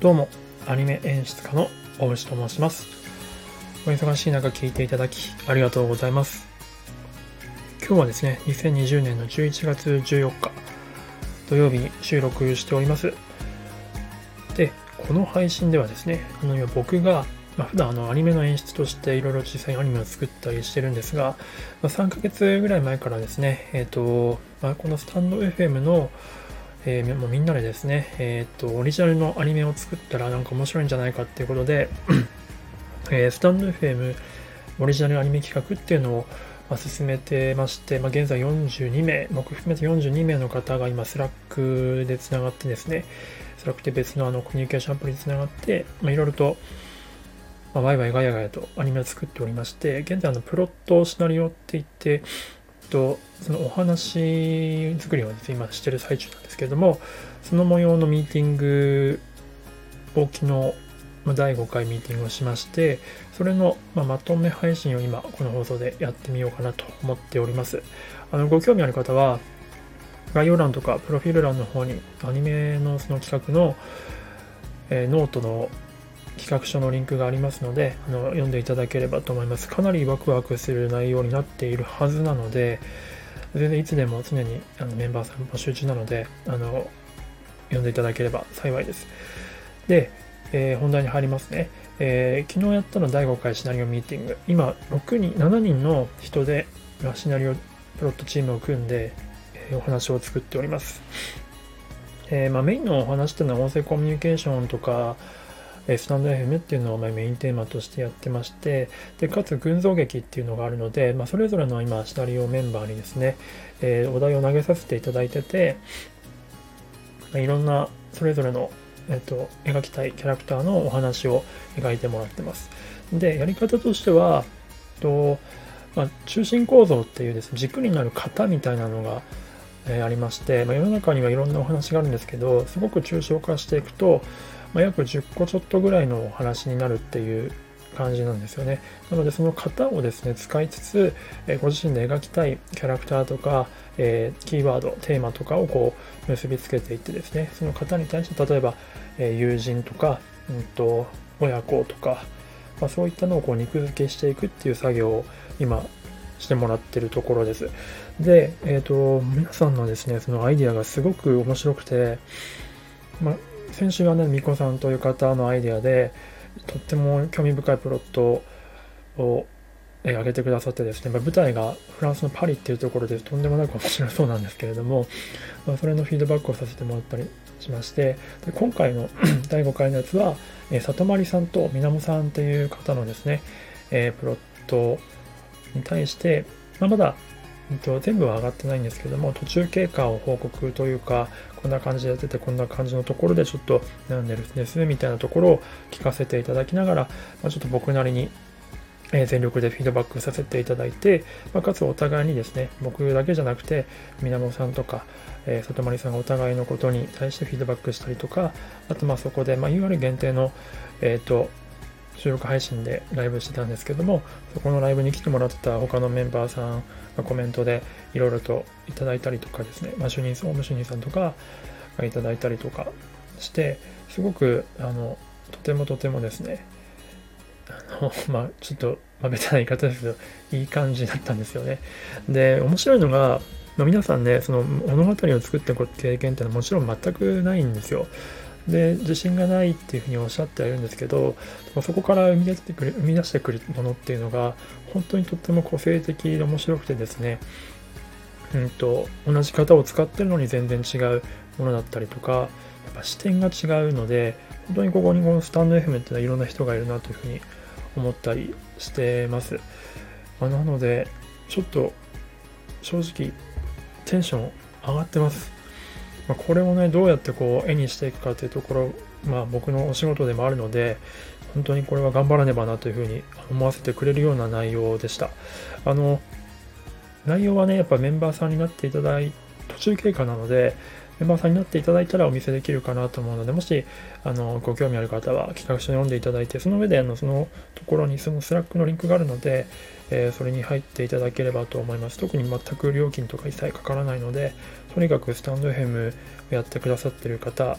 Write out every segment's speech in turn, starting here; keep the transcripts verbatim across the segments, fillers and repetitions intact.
どうも、アニメ演出家の大内と申します。お忙しい中聞いていただきありがとうございます。今日はですね、にせんにじゅうねんのじゅういちがつじゅうよっか土曜日に収録しております。で、この配信ではですね、あの今僕が、まあ、普段あのアニメの演出としていろいろ実際にアニメを作ったりしてるんですが、まあ、さんかげつぐらい前からですね、えっと、まあ、このスタンド エフエム のえー、もうみんなでですね、えー、っと、オリジナルのアニメを作ったらなんか面白いんじゃないかっていうことで、えー、スタンド エフエム オリジナルアニメ企画っていうのを、まあ、進めてまして、まあ、現在よんじゅうにめい、僕含めてよんじゅうにめいの方が今スラックでつながってですね、スラックで別のあのコミュニケーションアプリでつながって、まあ、いろいろと、まあ、ワイワイガヤガヤとアニメを作っておりまして、現在あのプロットシナリオって言って、とそのお話作りをですね、今してる最中なんですけれども、その模様のミーティングを昨日だいごかいミーティングをしまして、それのまとめ配信を今この放送でやってみようかなと思っております。あのご興味ある方は概要欄とかプロフィール欄の方にアニメのその企画の、えー、ノートの企画書のリンクがありますので、あの読んでいただければと思います。かなりワクワクする内容になっているはずなので、全然いつでも常にあのメンバーさん募集中なので、あの読んでいただければ幸いです。で、えー、本題に入りますね。えー、昨日やったのだいごかいシナリオミーティング。今ろくにん、しちにんの人でシナリオプロットチームを組んで、えー、お話を作っております。えーまあ、メインのお話っていうのは音声コミュニケーションとかスタンド エフエム っていうのをメインテーマとしてやってまして、でかつ群像劇っていうのがあるので、まあ、それぞれの今シナリオメンバーにですね、えー、お題を投げさせていただいてて、まあ、いろんなそれぞれの、えー、と描きたいキャラクターのお話を描いてもらってます。で、やり方としてはと、まあ、中心構造っていうですね、軸になる型みたいなのがえー、ありまして、まあ、世の中にはいろんなお話があるんですけど、すごく抽象化していくと、まあ、約じゅっこちょっとぐらいのお話になるっていう感じなんですよね。なのでその型をですね使いつつ、えー、ご自身で描きたいキャラクターとか、えー、キーワードテーマとかをこう結びつけていってですね、その型に対して例えば、えー、友人とか、うんと親子とか、まあ、そういったのをこう肉付けしていくっていう作業を今してもらってるところです。で、えっと、皆さんのですね、そのアイディアがすごく面白くて、まあ、先週はね、みこさんという方のアイディアで、とっても興味深いプロットを上げてくださってですね、まあ、舞台がフランスのパリっていうところでとんでもなく面白そうなんですけれども、まあ、それのフィードバックをさせてもらったりしまして、で今回のだいごかいのやつは、えー、里まりさんとみなもさんっていう方のですね、えー、プロットに対して、まあ、まだ全部は上がってないんですけども、途中経過を報告というか、こんな感じでやっててこんな感じのところでちょっと悩んでるんですみたいなところを聞かせていただきながら、まあ、ちょっと僕なりに全力でフィードバックさせていただいて、まあ、かつお互いにですね、僕だけじゃなくてみなもさんとか、えー、里まりさんがお互いのことに対してフィードバックしたりとか、あとまあそこで、まあ、ユーアール 限定の、えっと収録配信でライブしてたんですけども、そこのライブに来てもらってた他のメンバーさんがコメントでいろいろといただいたりとかですね、まあ、主任さん、オウム主任さんとかがいただいたりとかして、すごくあのとてもとてもですね、あのまあちょっと、まあ、ベタな言い方ですけど、いい感じだったんですよね。で、面白いのが、まあ、皆さんね、その物語を作っていく経験っていうのはもちろん全くないんですよ。で、自信がないっていうふうにおっしゃってはいるんですけど、そこから生み出してくる、生み出してくるものっていうのが、本当にとっても個性的で面白くてですね、うんと、同じ型を使ってるのに全然違うものだったりとか、やっぱ視点が違うので、本当にここにこのスタンド エフエム っていうのはいろんな人がいるなというふうに思ったりしてます。まあ、なので、ちょっと正直テンション上がってます。まあ、これをね、どうやってこう絵にしていくかというところ、まあ僕のお仕事でもあるので、本当にこれは頑張らねばなというふうに思わせてくれるような内容でした。あの、内容はね、やっぱメンバーさんになっていただい、途中経過なので、メンバーさんになっていただいたらお見せできるかなと思うので、もしあのご興味ある方は企画書を読んでいただいて、その上であのそのところにそのスラックのリンクがあるので、えー、それに入っていただければと思います。特に全く料金とか一切かからないので、とにかくスタンド エフエム をやってくださっている方、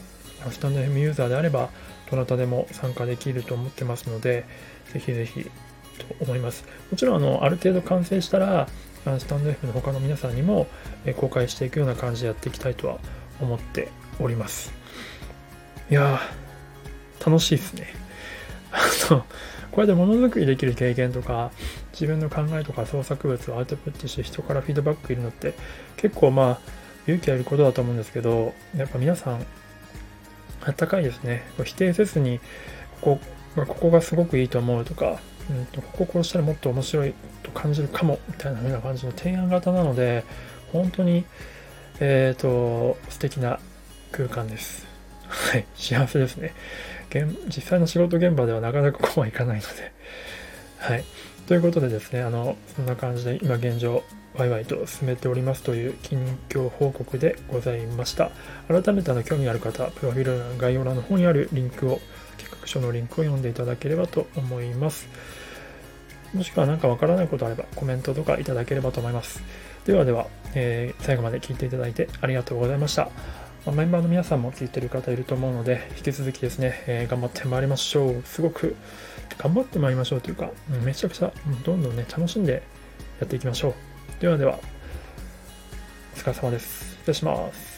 スタンド エフエム ユーザーであればどなたでも参加できると思ってますので、ぜひぜひと思います。もちろんあのある程度完成したらスタンド エフエム の他の皆さんにも公開していくような感じでやっていきたいとは思っております。いやー楽しいですね。あのこれでものづくりできる経験とか自分の考えとか創作物をアウトプットして人からフィードバックいるのって結構まあ勇気あることだと思うんですけど、やっぱ皆さんあったかいですね。否定せずにここ、ここがすごくいいと思うとか、うんと、こここうしたらもっと面白いと感じるかもみたいな風な感じの提案型なので、本当に、えっと、素敵な空間です。はい、幸せですね。実際の仕事現場ではなかなかこうはいかないので。はい。ということでですね、あの、そんな感じで今現状、ワイワイと進めておりますという近況報告でございました。改めてあの興味ある方、プロフィール欄概要欄の方にあるリンクを、企画書のリンクを読んでいただければと思います。もしくは何かわからないことあればコメントとかいただければと思います。ではでは、えー、最後まで聞いていただいてありがとうございました。メンバーの皆さんも聞いてる方いると思うので、引き続きですね、えー、頑張ってまいりましょう。すごく頑張ってまいりましょうというか、めちゃくちゃどんどんね、楽しんでやっていきましょう。ではでは、お疲れ様です。失礼します。